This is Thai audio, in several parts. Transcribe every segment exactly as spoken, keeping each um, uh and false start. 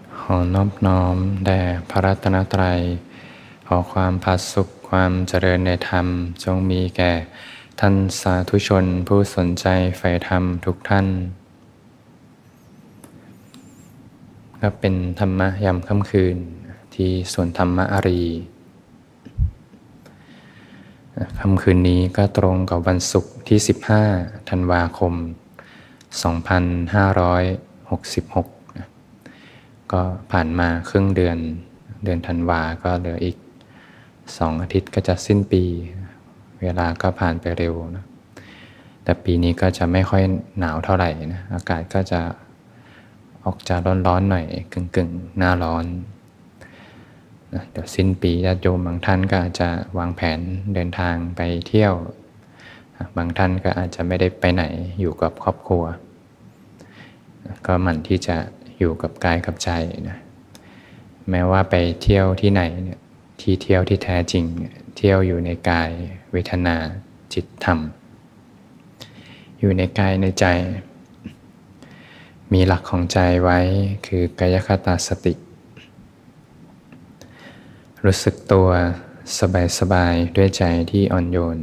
ขอนอบน้อมแด่พระรัตนตรัยขอความผาสุกความเจริญในธรรมจงมีแก่ท่านสาธุชนผู้สนใจใฝ่ธรรมทุกท่านก็เป็นธรรมะยามค่ำคืนที่สวนธรรมอารีค่ำคืนนี้ก็ตรงกับวันศุกร์ที่สิบห้าธันวาคมสองพันห้าร้อยหกสิบหกก็ผ่านมาครึ่งเดือนเดือนธันวาก็เหลืออีกสองอาทิตย์ก็จะสิ้นปีเวลาก็ผ่านไปเร็วนะแต่ปีนี้ก็จะไม่ค่อยหนาวเท่าไหร่นะอากาศก็จะออกจะร้อนๆหน่อยกึ่งๆหน้าร้อนนะเดี๋ยวสิ้นปีญาติโยมบางท่านก็อาจจะวางแผนเดินทางไปเที่ยวบางท่านก็อาจจะไม่ได้ไปไหนอยู่กับครอบครัวก็หมั่นที่จะอยู่กับกายกับใจนะแม้ว่าไปเที่ยวที่ไหนเนี่ยที่เที่ยวที่แท้จริงเที่ยวอยู่ในกายเวทนาจิตธรรมอยู่ในกายในใจมีหลักของใจไว้คือกายคตาสติรู้สึกตัวสบายๆด้วยใจที่อ่อนโยน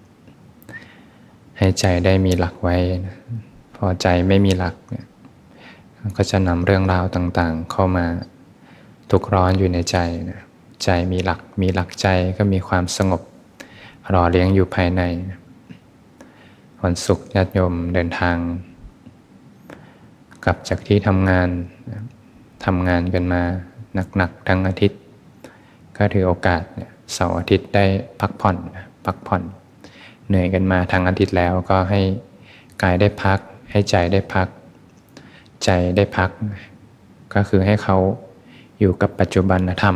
ให้ใจได้มีหลักไว้พอใจไม่มีหลักก็จะนำเรื่องราวต่างๆเข้ามาทุกร้อนอยู่ในใจนะใจมีหลักมีหลักใจก็มีความสงบรอเลี้ยงอยู่ภายในวันศุกร์ญาติโยมเดินทางกลับจากที่ทำงานทำงานกันมาหนักๆทั้งอาทิตย์ก็ถือโอกาสเสาร์อาทิตย์ได้พักผ่อนพักผ่อนเหนื่อยกันมาทั้งอาทิตย์แล้วก็ให้กายได้พักให้ใจได้พักใจได้พักก็คือให้เขาอยู่กับปัจจุบันธรรม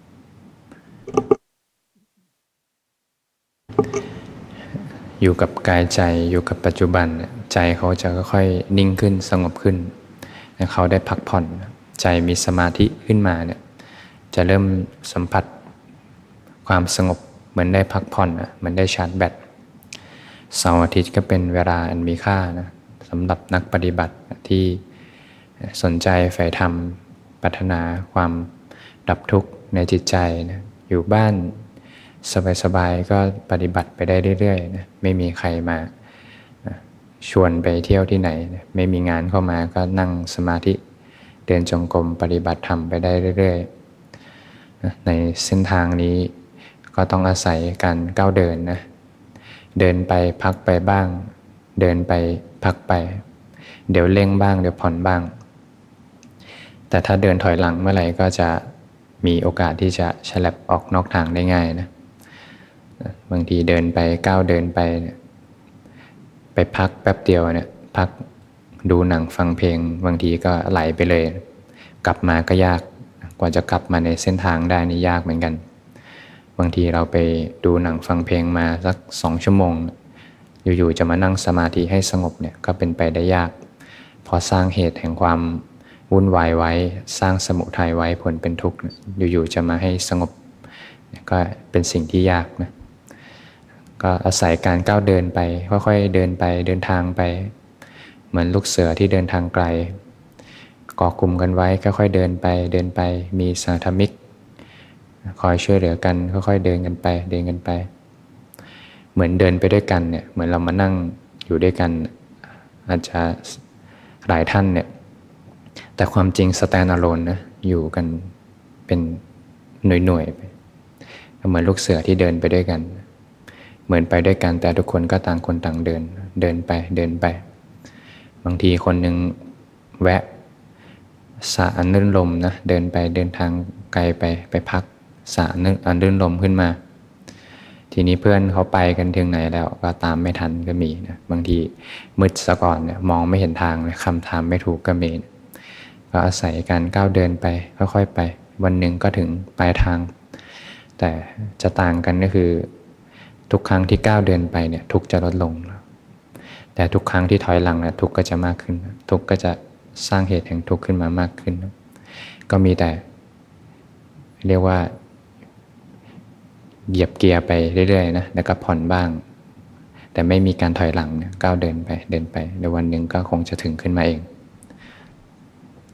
อยู่กับกายใจอยู่กับปัจจุบันใจเขาจะค่อยๆนิ่งขึ้นสงบขึ้นเขาได้พักผ่อนใจมีสมาธิขึ้นมาเนี่ยจะเริ่มสัมผัสความสงบเหมือนได้พักผ่อนเหมือนได้ชาร์จแบตเสาร์อาทิตย์ก็เป็นเวลาอันมีค่านะสำหรับนักปฏิบัติที่สนใจใฝ่ธรรมปรารถนาความดับทุกข์ในจิตใจนะอยู่บ้านสบายๆก็ปฏิบัติไปได้เรื่อยๆนะไม่มีใครมาชวนไปเที่ยวที่ไหนนะไม่มีงานเข้ามาก็นั่งสมาธิเดินจงกรมปฏิบัติธรรมไปได้เรื่อยๆนะในเส้นทางนี้ก็ต้องอาศัยการก้าวเดินนะเดินไปพักไปบ้างเดินไปพักไปเดี๋ยวเร่งบ้างเดี๋ยวผ่อนบ้างแต่ถ้าเดินถอยหลังเมื่อไหร่ก็จะมีโอกาสที่จะฉลับออกนอกทางได้ง่ายนะบางทีเดินไปก้าวเดินไปเนี่ยไปพักแป๊บเดียวเนี่ยพักดูหนังฟังเพลงบางทีก็ไหลไปเลยกลับมาก็ยากกว่าจะกลับมาในเส้นทางได้นี่ยากเหมือนกันบางทีเราไปดูหนังฟังเพลงมาสักสองชั่วโมงอยู่ๆจะมานั่งสมาธิให้สงบเนี่ยก็เป็นไปได้ยากพอสร้างเหตุแห่งความวุ่นวายไว้สร้างสมุทัยไว้ผลเป็นทุกข์อยู่ๆจะมาให้สงบก็เป็นสิ่งที่ยากนะก็อาศัยการก้าวเดินไปค่อยๆเดินไปเดินทางไปเหมือนลูกเสือที่เดินทางไกลเกาะกลุ่มกันไว้ค่อยๆเดินไปเดินไปมีสาธมิกคอยช่วยเหลือกันค่อยๆเดินกันไปเดินกันไปเหมือนเดินไปด้วยกันเนี่ยเหมือนเรามานั่งอยู่ด้วยกันอาจจะหลายท่านเนี่ยแต่ความจริง stand alone นะอยู่กันเป็นหน่วยๆไปเหมือนลูกเสือที่เดินไปด้วยกันเหมือนไปด้วยกันแต่ทุกคนก็ต่างคนต่างเดินเดินไปเดินไปบางทีคนหนึ่งแวะสระอันรื่นรมนะเดินไปเดินทางไกลไปไปพักสระอันรื่นรมขึ้นมาทีนี้เพื่อนเขาไปกันถึงไหนแล้วก็ตามไม่ทันก็มีนะบางทีมืดซะก่อนเนี่ยมองไม่เห็นทางเลยคำถามไม่ถูกก็มีนะก็อาศัยการก้าวเดินไปค่อยๆไปวันหนึ่งก็ถึงปลายทางแต่จะต่างกันก็คือทุกครั้งที่ก้าวเดินไปเนี่ยทุกจะลดลงแต่ทุกครั้งที่ถอยหลังเนี่ยทุกก็จะมากขึ้นทุกก็จะสร้างเหตุแห่งทุกข์ขึ้นมามากขึ้นก็มีแต่เรียกว่าเหยียบเกียร์ไปเรื่อยๆนะแล้วก็ผ่อนบ้างแต่ไม่มีการถอยหลังก้าวเดินไปเดินไปในวันหนึ่งก็คงจะถึงขึ้นมาเอง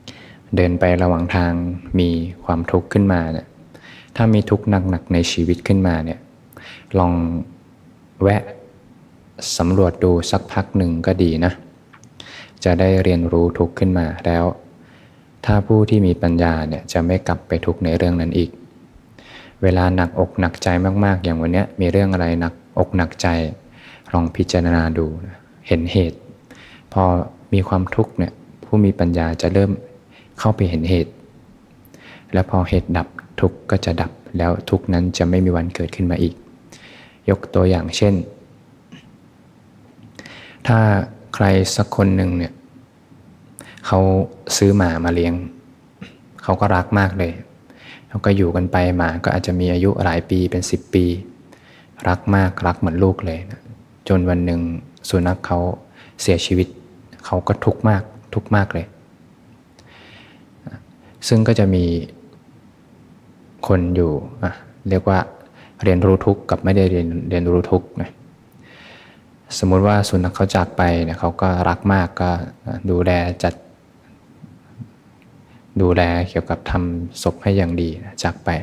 เดินไประหว่างทางมีความทุกข์ขึ้นมาเนี่ยถ้ามีทุกข์หนักๆในชีวิตขึ้นมาเนี่ยลองแวะสำรวจดูสักพักหนึ่งก็ดีนะจะได้เรียนรู้ทุกข์ขึ้นมาแล้วถ้าผู้ที่มีปัญญาเนี่ยจะไม่กลับไปทุกข์ในเรื่องนั้นอีกเวลาหนักอกหนักใจมากๆอย่างวันนี้มีเรื่องอะไรหนักอกหนักใจลองพิจารณาดูเห็นเหตุพอมีความทุกข์เนี่ยผู้มีปัญญาจะเริ่มเข้าไปเห็นเหตุแล้วพอเหตุดับทุกข์ก็จะดับแล้วทุกข์นั้นจะไม่มีวันเกิดขึ้นมาอีกยกตัวอย่างเช่นถ้าใครสักคนหนึ่งเนี่ยเขาซื้อหมามาเลี้ยงเขาก็รักมากเลยแล้วก็อยู่กันไปหมาก็อาจจะมีอายุหลายปีเป็นสิบปีรักมากรักเหมือนลูกเลยนะจนวันหนึ่งสุนัขเขาเสียชีวิตเขาก็ทุกข์มากทุกข์มากเลยซึ่งก็จะมีคนอยู่อ่ะเรียกว่าเรียนรู้ทุกข์กับไม่ได้เรียนเรียนรู้ทุกข์นะสมมุติว่าสุนัขเขาจากไปเนี่ยเขาก็รักมากก็ดูแลจัดดูแลเกี่ยวกับทำศพให้อย่างดีจากไป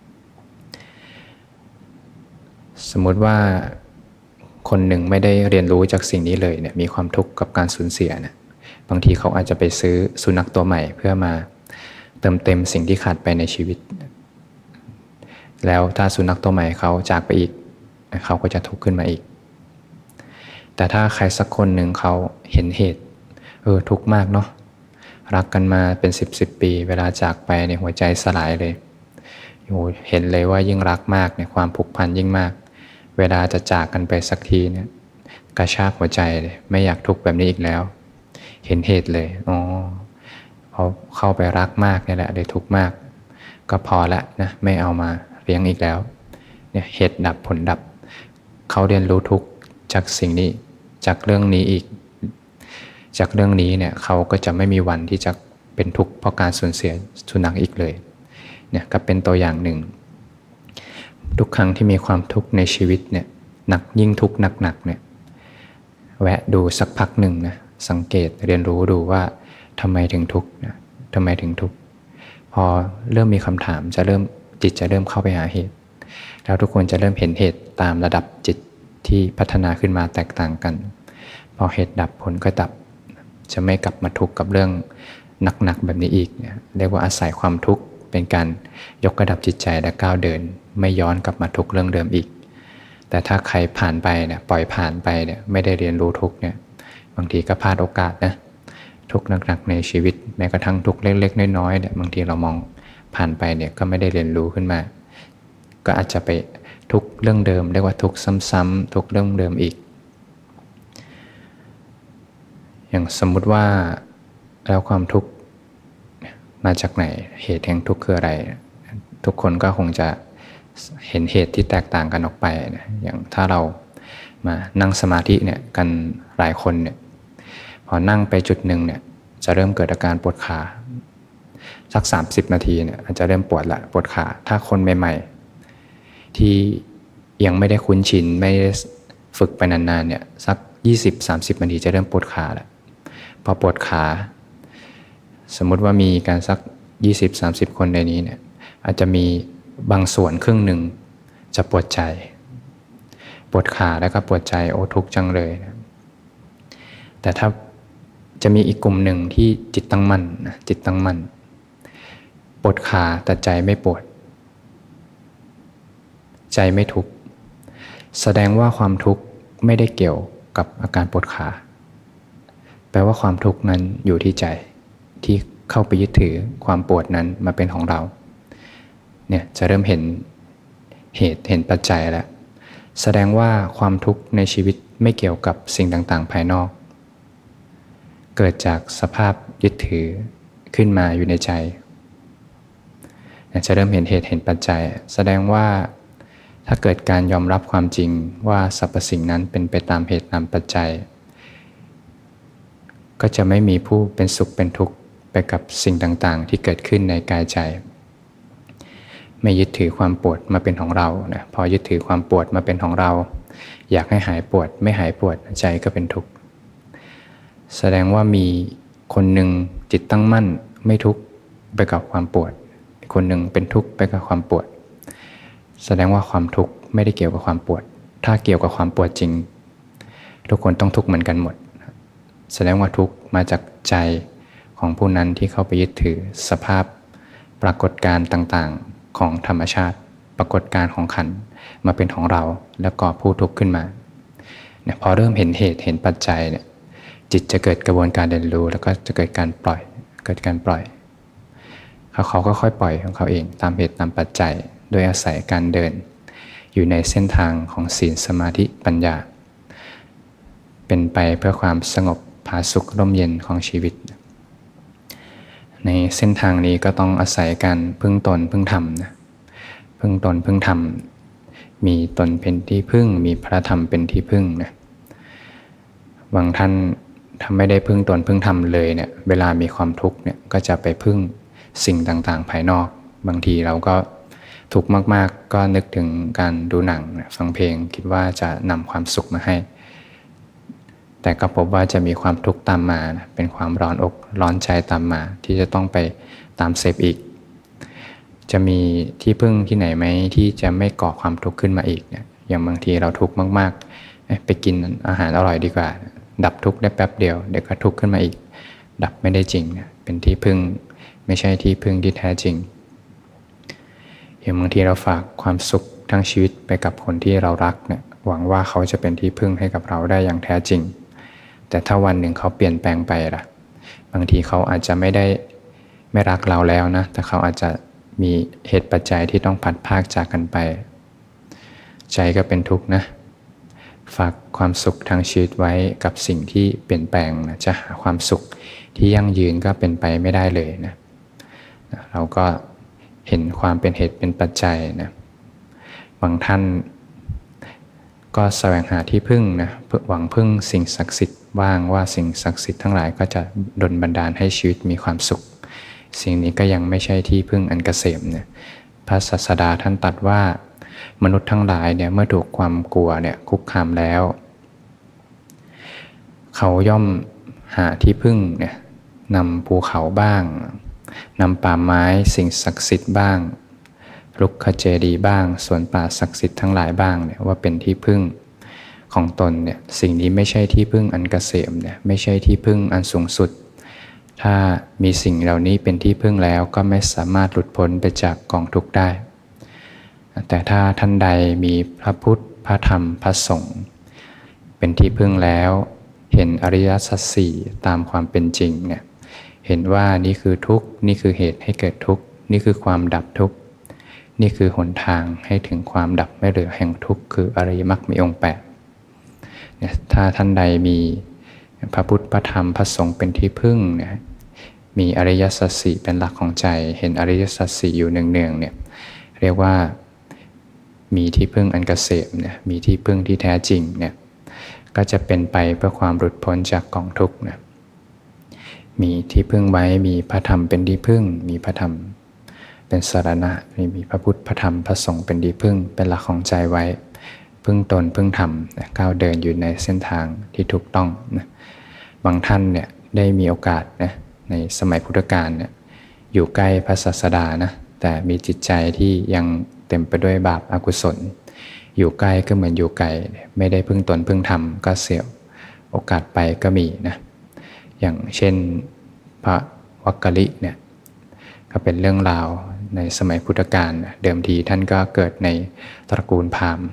สมมุติว่าคนหนึ่งไม่ได้เรียนรู้จากสิ่งนี้เลยเนี่ยมีความทุกข์กับการสูญเสียเนี่ยบางทีเขาอาจจะไปซื้อสุนัขตัวใหม่เพื่อมาเติมเต็มสิ่งที่ขาดไปในชีวิตแล้วถ้าสุนัขตัวใหม่เขาจากไปอีกเขาก็จะทุกข์ขึ้นมาอีกแต่ถ้าใครสักคนหนึ่งเขาเห็นเหตุเออทุกข์มากเนาะรักกันมาเป็นสิบสิบปีเวลาจากไปเนี่ยหัวใจสลายเลยโอ้เห็นเลยว่ายิ่งรักมากเนี่ยความผูกพันยิ่งมากเวลาจะจากกันไปสักทีเนี่ยกระชากหัวใจเลยไม่อยากทุกข์แบบนี้อีกแล้วเห็นเหตุเลยอ๋อพอเข้าไปรักมากนี่แหละเลยทุกข์มากก็พอละนะไม่เอามาเลี้ยงอีกแล้วเนี่ยเหตุดับผลดับเขาเรียนรู้ทุกข์จากสิ่งนี้จากเรื่องนี้อีกจากเรื่องนี้เนี่ยเขาก็จะไม่มีวันที่จะเป็นทุกข์เพราะการสูญเสียสุนัขอีกเลยเนี่ยก็เป็นตัวอย่างหนึ่งทุกครั้งที่มีความทุกข์ในชีวิตเนี่ยหนักยิ่งทุกข์หนักๆเนี่ยแวะดูสักพักหนึ่งนะสังเกตเรียนรู้ดูว่าทำไมถึงทุกข์นะทำไมถึงทุกข์พอเริ่มมีคำถามจะเริ่มจิตจะเริ่มเข้าไปหาเหตุแล้วทุกคนจะเริ่มเห็นเหตุตามระดับจิตที่พัฒนาขึ้นมาแตกต่างกันพอเหตุดับผลก็ดับจะไม่กลับมาทุกข์กับเรื่องหนักๆแบบนี้อีกเนี่ยเรียกว่าอาศัยความทุกข์เป็นการยกระดับจิตใจและก้าวเดินไม่ย้อนกลับมาทุกข์เรื่องเดิมอีกแต่ถ้าใครผ่านไปเนี่ยปล่อยผ่านไปเนี่ยไม่ได้เรียนรู้ทุกข์เนี่ยบางทีก็พลาดโอกาสนะทุกข์หนักๆในชีวิตแม้กระทั่งทุกข์เล็กๆน้อยๆเนี่ยบางทีเรามองผ่านไปเนี่ยก็ไม่ได้เรียนรู้ขึ้นมาก็อาจจะไปทุกข์เรื่องเดิมเรียกว่าทุกข์ซ้ำๆทุกข์เรื่องเดิมอีกอย่างสมมุติว่าแล้วความทุกข์มาจากไหนเหตุแห่งทุกข์คืออะไรทุกคนก็คงจะเห็นเหตุที่แตกต่างกันออกไปนะอย่างถ้าเรามานั่งสมาธิเนี่ยกันหลายคนเนี่ยพอนั่งไปจุดหนึ่งเนี่ยจะเริ่มเกิดอาการปวดขาสักสามสิบนาทีเนี่ยอาจจะเริ่มปวดละปวดขาถ้าคนใหม่ๆที่ยังไม่ได้คุ้นชินไม่ได้ฝึกไปนานๆเนี่ยสัก ยี่สิบถึงสามสิบ นาทีจะเริ่มปวดขาแล้วพอปวดขาสมมุติว่ามีการสัก ยี่สิบถึงสามสิบ คนในนี้เนี่ยอาจจะมีบางส่วนครึ่งหนึ่งจะปวดใจปวดขาแล้วก็ปวดใจโอ้ทุกข์จังเลยนะแต่ถ้าจะมีอีกกลุ่มหนึ่งที่จิตตั้งมั่นนะจิตตั้งมั่นปวดขาแต่ใจไม่ปวดใจไม่ทุกข์แสดงว่าความทุกข์ไม่ได้เกี่ยวกับอาการปวดขาแปลว่าความทุกข์นั้นอยู่ที่ใจที่เข้าไปยึดถือความปวดนั้นมาเป็นของเราเนี่ยจะเริ่มเห็นเหตุเห็นปัจจัยแล้วแสดงว่าความทุกข์ในชีวิตไม่เกี่ยวกับสิ่งต่างๆภายนอกเกิดจากสภาพยึดถือขึ้นมาอยู่ในใจจะเริ่มเห็นเหตุเห็นปัจจัยแสดงว่าถ้าเกิดการยอมรับความจริงว่าสรรพสิ่งนั้นเป็นไปตามเหตุตามปัจจัยก็จะไม่มีผู้เป็นสุขเป็นทุกข์ไปกับสิ่งต่างๆที่เกิดขึ้นในกายใจไม่ยึดถือความปวดมาเป็นของเรานะพอยึดถือความปวดมาเป็นของเราอยากให้หายปวดไม่หายปวดใจก็เป็นทุกข์แสดงว่ามีคนหนึ่งจิตตั้งมั่นไม่ทุกข์ไปกับความปวดคนหนึ่งเป็นทุกข์ไปกับความปวดแสดงว่าความทุกข์ไม่ได้เกี่ยวกับความปวดถ้าเกี่ยวกับความปวดจริงทุกคนต้องทุกข์เหมือนกันหมดแสดงว่าทุกข์มาจากใจของผู้นั้นที่เข้าไปยึดถือสภาพปรากฏการณ์ต่างๆของธรรมชาติปรากฏการณ์ของขันธ์มาเป็นของเราแล้วก่อผู้ทุกข์ขึ้นมาเนี่ยพอเริ่มเห็นเหตุเห็นปัจจัยเนี่ยจิตจะเกิดกระบวนการเรียนรู้แล้วก็จะเกิดการปล่อยเกิดการปล่อยเขาเขาก็ค่อยปล่อยของเขาเองตามเหตุตามปัจจัยโดยอาศัยการเดินอยู่ในเส้นทางของศีลสมาธิปัญญาเป็นไปเพื่อความสงบผาสุกร่มเย็นของชีวิตในเส้นทางนี้ก็ต้องอาศัยการพึ่งตนพึ่งธรรมนะพึ่งตนพึ่งธรรมมีตนเป็นที่พึ่งมีพระธรรมเป็นที่พึ่งนะบางท่านถ้าไม่ได้พึ่งตนพึ่งธรรมเลยเนี่ยเวลามีความทุกข์เนี่ยก็จะไปพึ่งสิ่งต่างๆภายนอกบางทีเราก็ทุกข์มากๆก็นึกถึงการดูหนังฟังเพลงคิดว่าจะนำความสุขมาให้แต่ก็พบว่าจะมีความทุกข์ตามมานะเป็นความร้อนอกร้อนใจตามมาที่จะต้องไปตามเสพอีกจะมีที่พึ่งที่ไหนไหมที่จะไม่ก่อความทุกข์ขึ้นมาอีกเนี่ยอย่างบางทีเราทุกข์มากๆไปกินอาหารอร่อยดีกว่าดับทุกข์ได้แป๊บเดียวเดี๋ยวก็ทุกข์ขึ้นมาอีกดับไม่ได้จริงนะเป็นที่พึ่งไม่ใช่ที่พึ่งที่แท้จริงอย่างบางทีเราฝากความสุขทั้งชีวิตไปกับคนที่เรารักเนี่ยหวังว่าเขาจะเป็นที่พึ่งให้กับเราได้อย่างแท้จริงแต่ถ้าวันหนึ่งเขาเปลี่ยนแปลงไปล่ะบางทีเขาอาจจะไม่ได้ไม่รักเราแล้วนะแต่เขาอาจจะมีเหตุปัจจัยที่ต้องพัดพากจากกันไปใจก็เป็นทุกข์นะฝากความสุขทางชีวิตไว้กับสิ่งที่เปลี่ยนแปลงนะจะหาความสุขที่ยั่งยืนก็เป็นไปไม่ได้เลยนะเราก็เห็นความเป็นเหตุเป็นปัจจัยนะบางท่านก็แสวงหาที่พึ่งนะหวังพึ่งสิ่งศักดิ์สิทธิ์ว่างว่าสิ่งศักดิ์สิทธิ์ทั้งหลายก็จะดลบันดาลให้ชีวิตมีความสุขสิ่งนี้ก็ยังไม่ใช่ที่พึ่งอันเกษมเนี่ยพระศาสดาท่านตรัสว่ามนุษย์ทั้งหลายเนี่ยเมื่อถูกความกลัวเนี่ยคุกคามแล้วเขาย่อมหาที่พึ่งเนี่ยนำภูเขาบ้างนำป่าไม้สิ่งศักดิ์สิทธิ์บ้างรุกขเจดีย์บ้างส่วนป่าศักดิ์สิทธิ์ทั้งหลายบ้างเนี่ยว่าเป็นที่พึ่งของตนเนี่ยสิ่งนี้ไม่ใช่ที่พึ่งอันเกษมเนี่ยไม่ใช่ที่พึ่งอันสูงสุดถ้ามีสิ่งเหล่านี้เป็นที่พึ่งแล้วก็ไม่สามารถหลุดพ้นไปจากกองทุกข์ได้แต่ถ้าท่านใดมีพระพุทธพระธรรมพระสงฆ์เป็นที่พึ่งแล้วเห็นอริยสัจสี่ตามความเป็นจริงเนี่ยเห็นว่านี่คือทุกข์นี่คือเหตุให้เกิดทุกข์นี่คือความดับทุกข์นี่คือหนทางให้ถึงความดับไม่เหลือแห่งทุกข์คืออริยมรรคมีองค์แปดเนี่ยถ้าท่านใดมีพระพุทธพระธรรมพระสงฆ์เป็นที่พึ่งเนี่ยมีอริยสัจสี่เป็นหลักของใจเห็นอริยสัจสี่อยู่เนืองๆเนี่ยเรียกว่ามีที่พึ่งอันเกษมเนี่ยมีที่พึ่งที่แท้จริงเนี่ยก็จะเป็นไปเพื่อความหลุดพ้นจากกองทุกข์นะมีที่พึ่งไว้มีพระธรรมเป็นที่พึ่งมีพระธรรมเป็นสรณะมีพระพุทธพระธรรมพระสงฆ์เป็นที่พึ่งเป็นหลักของใจไว้พึ่งตนพึ่งธรรมนะก้าวเดินอยู่ในเส้นทางที่ถูกต้องนะบางท่านเนี่ยได้มีโอกาสนะในสมัยพุทธกาลเนี่ยอยู่ใกล้พระศาสดานะแต่มีจิตใจที่ยังเต็มไปด้วยบาปอกุศลอยู่ใกล้ก็เหมือนอยู่ไกลไม่ได้พึ่งตนพึ่งธรรมก็เสียโอกาสไปก็มีนะอย่างเช่นพระวักกลิเนี่ยก็เป็นเรื่องราวในสมัยพุทธกาลเดิมทีท่านก็เกิดในตระกูลพราหมณ์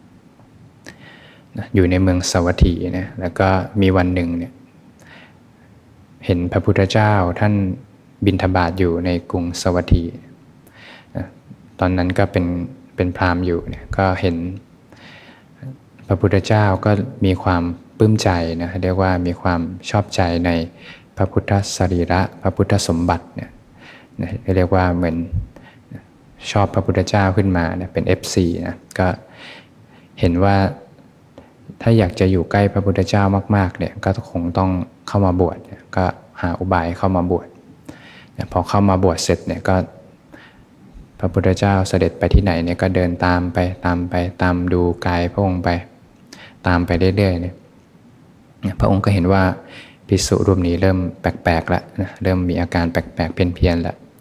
อยู่ในเมืองสาวัตถีนะแล้วก็มีวันหนึ่งเนี่ยเห็นพระพุทธเจ้าท่านบิณฑบาตอยู่ในกรุงสาวัตถีตอนนั้นก็เป็นเป็นพราหมณ์อยู่เนี่ยก็เห็นพระพุทธเจ้าก็มีความปลื้มใจนะเรียกว่ามีความชอบใจในพระพุทธสรีระพระพุทธสมบัติเนี่ยเรียกว่าเหมือนชอบพระพุทธเจ้าขึ้นมาเนี่ยเป็น เอฟ ซี นะก็เห็นว่าถ้าอยากจะอยู่ใกล้พระพุทธเจ้ามากๆเนี่ยก็คงต้องเข้ามาบวชก็หาอุบายเข้ามาบวชพอเข้ามาบวชเสร็จเนี่ยก็พระพุทธเจ้าเสด็จไปที่ไหนเนี่ยก็เดินตามไปตามไปตามดูกายพระองค์ไปตามไปเรื่อยๆเนี่ยพระองค์ก็เห็นว่าภิกษุรูปนี้เริ่มแปลกๆแล้วนะเริ่มมีอาการแปลกๆเพี้ยนๆแล้ว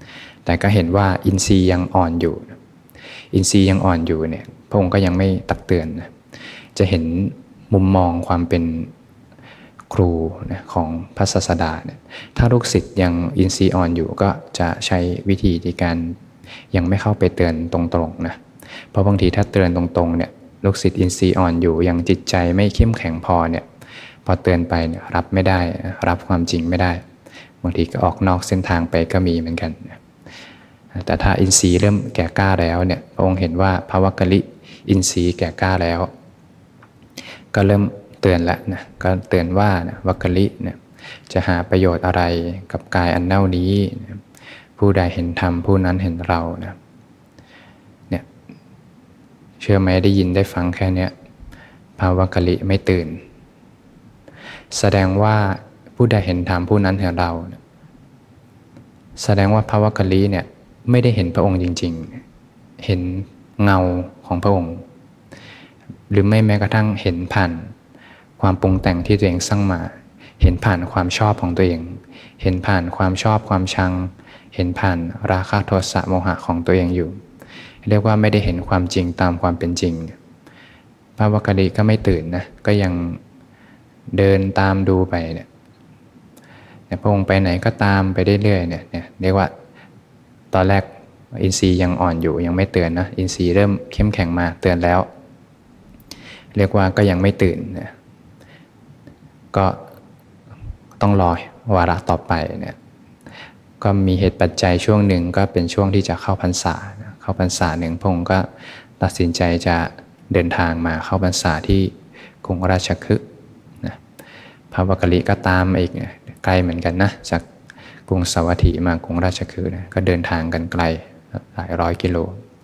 แต่ก็เห็นว่าอินทรีย์ยังอ่อนอยู่อินทรีย์ยังอ่อนอยู่เนี่ยพระองค์ก็ยังไม่ตักเตือนนะจะเห็นมุมมองความเป็นครูนะของพระศาสดาเนี่ยถ้าลูกศิษย์ยังอินทรีย์อ่อนอยู่ก็จะใช้วิธีในการยังไม่เข้าไปเตือนตรงๆนะเพราะบางทีถ้าเตือนตรงๆเนี่ยลูกศิษย์อินทรีย์อ่อนอยู่ยังจิตใจไม่เข้มแข็งพอเนี่ยพอเตือนไปเนี่ยรับไม่ได้รับความจริงไม่ได้บางทีก็ออกนอกเส้นทางไปก็มีเหมือนกันแต่ถ้าอินทรีย์เริ่มแก่กล้าแล้วเนี่ยพระองค์เห็นว่าภวกลิอินทรีย์แก่กล้าแล้วก็เริ่มเตือนแล้วนะก็เตือนว่านะวักกลิเนี่ยจะหาประโยชน์อะไรกับกายอันเน่านี้นะผู้ใดเห็นธรรมผู้นั้นเห็นเรานะเนี่ยเชื่อไหมได้ยินได้ฟังแค่นี้ภวกลิไม่ตื่นแสดงว่าผู้ใดเห็นธรรมผู้นั้นเห็นเรานะแสดงว่าภวกลิเนี่ยไม่ได้เห็นพระองค์จริงๆเห็นเงาของพระองค์หรือไม่แม้กระทั่งเห็นผ่านความปรุงแต่งที่ตัวเองสร้างมาเห็นผ่านความชอบของตัวเองเห็นผ่านความชอบความชังเห็นผ่านราคะโทสะโมหะของตัวเองอยู่เรียกว่าไม่ได้เห็นความจริงตามความเป็นจริงภวกลิก็ไม่ตื่นนะก็ยังเดินตามดูไปเนี่ยพระองค์ไปไหนก็ตามไปเรื่อยๆเนี่ยเรียกว่าตอนแรกอินทรีย์ยังอ่อนอยู่ยังไม่เตือนนะอินทรีย์เริ่มเข้มแข็งมาเตือนแล้วเรียกว่าก็ยังไม่ตื่นนะก็ต้องรอวาระต่อไปเนี่ยก็มีเหตุปัจจัยช่วงหนึ่งก็เป็นช่วงที่จะเข้าพรรษาเข้าพรรษาหนึ่งพระองค์ก็ตัดสินใจจะเดินทางมาเข้าพรรษาที่กรุงราชคฤห์นะภวกลิก็ตามอีกไกลเหมือนกันนะจากกรุงสาวัตถีมากรุงราชคฤห์นะก็เดินทางกันไกลหลายร้อยกิโล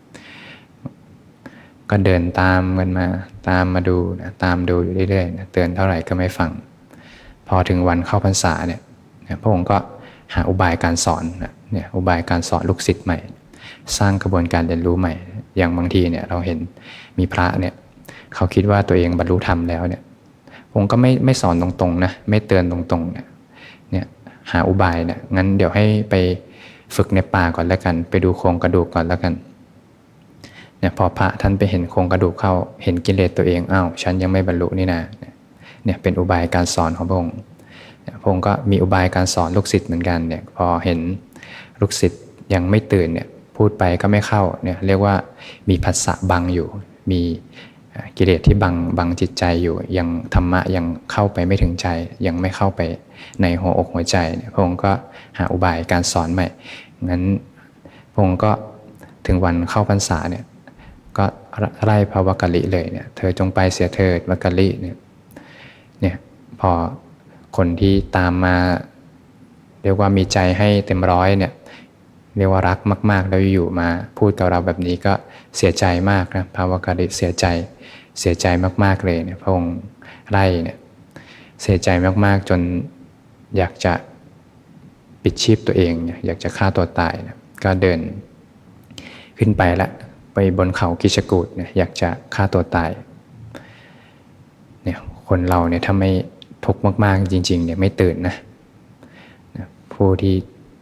ก็เดินตามกันมาตามมาดูนะตามดูอยู่เรื่อยๆนะเตือนเท่าไหร่ก็ไม่ฟังพอถึงวันเข้าพรรษาเนี่ยพระองค์ก็หาอุบายการสอนนะเนี่ยอุบายการสอนลูกศิษย์ใหม่สร้างกระบวนการเรียนรู้ใหม่อย่างบางทีเนี่ยเราเห็นมีพระเนี่ยเขาคิดว่าตัวเองบรรลุธรรมแล้วเนี่ยพระองค์ก็ไม่ไม่สอนตรงๆนะไม่เตือนตรงๆเนี่ยเนี่ยหาอุบายเนี่ยงั้นเดี๋ยวให้ไปฝึกในป่าก่อนแล้วกันไปดูโครงกระดูกก่อนแล้วกันเนี่ยพอพระท่านไปเห็นโครงกระดูกเข้าเห็นกิเลสตัวเองอ้าวฉันยังไม่บรรลุนี่นะเนี่ยเป็นอุบายการสอนของพระองค์พระองค์ก็มีอุบายการสอนลูกศิษย์เหมือนกันเนี่ยพอเห็นลูกศิษย์ยังไม่ตื่นเนี่ยพูดไปก็ไม่เข้าเนี่ยเรียกว่ามีผัสสะบังอยู่มีกิเลสที่บังบังจิตใจอยู่ยังธรรมะยังเข้าไปไม่ถึงใจยังไม่เข้าไปในหัวอกหัวใจพระองค์ก็หาอุบายการสอนใหม่งั้นพระองค์ก็ถึงวันเข้าพรรษาเนี่ยก็ไล่ภวกลิเลยเนี่ยเธอจงไปเสียเถิดวักกลิเนี่ยเนี่ยพอคนที่ตามมาเรียกว่ามีใจให้เต็มร้อยเนี่ยเรียกว่ารักมากๆแล้วอยู่มาพูดกับเราแบบนี้ก็เสียใจมากนะภวกลิเสียใจเสียใจมากๆเลยเนี่ยพระองค์ไล่เนี่ยเสียใจมากๆจนอยากจะปิดชีพตัวเองอยากจะฆ่าตัวตายนะก็เดินขึ้นไปละไปบนเขากิชกูฏเนี่ยอยากจะฆ่าตัวตายเนี่ยคนเราเนี่ยถ้าไม่ทุกข์มากๆจริงๆเนี่ยไม่ตื่นนะผู้ที่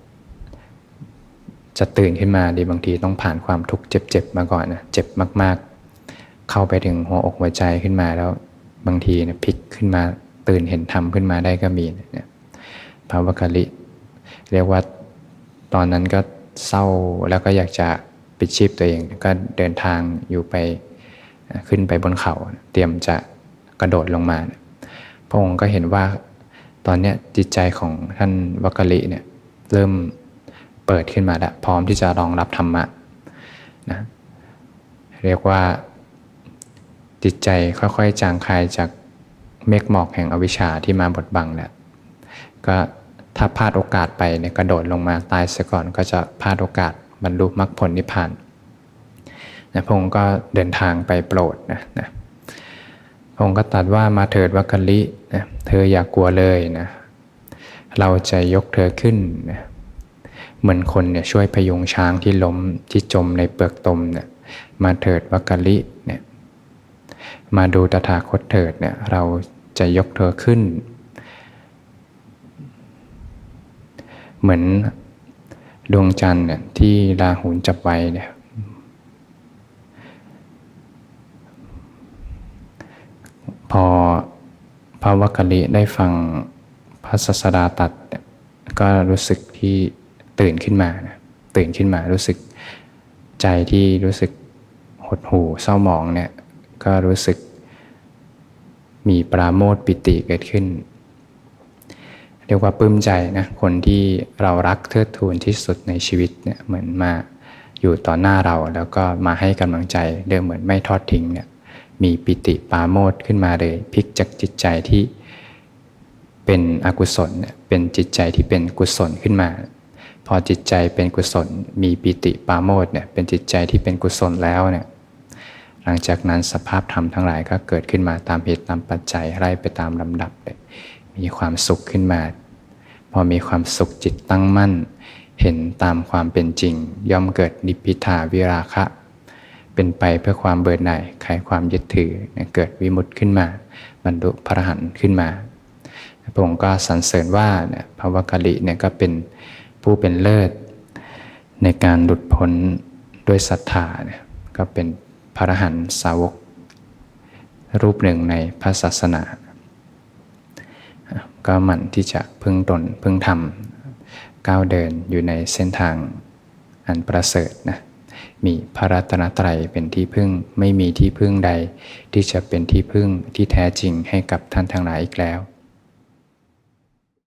จะตื่นขึ้นมาดีบางทีต้องผ่านความทุกข์เจ็บๆมาก่อนนะเจ็บมากๆเข้าไปถึงหัวอกหัวใจขึ้นมาแล้วบางทีเนี่ยพลิกขึ้นมาตื่นเห็นธรรมขึ้นมาได้ก็มีเนี่ยภวกลิเรียกว่าตอนนั้นก็เศร้าแล้วก็อยากจะปิดชีพตัวเองก็เดินทางอยู่ไปขึ้นไปบนเขาเตรียมจะกระโดดลงมาพระองค์ก็เห็นว่าตอนนี้จิตใจของท่านวักกลิเนี่ยเริ่มเปิดขึ้นมาแล้วพร้อมที่จะรองรับธรรมะนะเรียกว่าจิตใจค่อยๆจางคายจากเมฆหมอกแห่งอวิชชาที่มาบดบังแล้วก็ถ้าพลาดโอกาสไปเนี่ยกระโดดลงมาตายเสียก่อนก็จะพลาดโอกาสบรรลุมรรคผลนิพพานนะพระองค์ก็เดินทางไปโปรดนะนะพระองค์ก็ตรัสว่ามาเถิดวักกลินะเธออย่ากลัวเลยนะเราจะยกเธอขึ้นนะเหมือนคนเนี่ยช่วยพยุงช้างที่ล้มที่จมในเปลือกตมเนี่ยมาเถิดวักกลิเนี่ยมาดูตถาคตเถิดเนี่ยเราจะยกเธอขึ้นเหมือนดวงจันทร์เนี่ยที่ราหูจับไว้เนี่ยพอพระวักกลิได้ฟังพระศาสดาตรัสก็รู้สึกที่ตื่นขึ้นมานะตื่นขึ้นมารู้สึกใจที่รู้สึกหดหู่เศร้าหมองเนี่ยก็รู้สึกมีปราโมทย์ปิติเกิดขึ้นเรียกว่าปลื้มใจนะคนที่เรารักเทิดทูนที่สุดในชีวิตเนี่ยเหมือนมาอยู่ต่อหน้าเราแล้วก็มาให้กำลังใจเดิมเหมือนไม่ทอดทิ้งเนี่ยมีปิติปราโมทย์ขึ้นมาเลยพลิกจากจิตใจที่เป็นอกุศลเนี่ยเป็นจิตใจที่เป็นกุศลขึ้นมาพอจิตใจเป็นกุศลมีปิติปราโมทย์เนี่ยเป็นจิตใจที่เป็นกุศลแล้วเนี่ยหลังจากนั้นสภาพธรรมทั้งหลายก็เกิดขึ้นมาตามเหตุตามปัจจัยไล่ไปตามลำดับเลยมีความสุขขึ้นมาพอมีความสุขจิตตั้งมั่นเห็นตามความเป็นจริงย่อมเกิดนิพพิทาวิราคะเป็นไปเพื่อความเบื่อหน่ายคลายความยึดถือเกิดวิมุตติขึ้นมาบรรลุพระอรหันต์ขึ้นมาพระองค์ก็สรรเสริญว่าพระวักกลิเนี่ยก็เป็นผู้เป็นเลิศในการหลุดพ้นด้วยศรัทธาเนี่ยก็เป็นพระอรหันต์สาวกรูปหนึ่งในพระศาสนาก็หมั่นที่จะพึ่งตนพึ่งธรรมก้าวเดินอยู่ในเส้นทางอันประเสริฐนะมีพระรัตนตรัยเป็นที่พึ่งไม่มีที่พึ่งใดที่จะเป็นที่พึ่งที่แท้จริงให้กับท่านทั้งหลายอีกแล้ว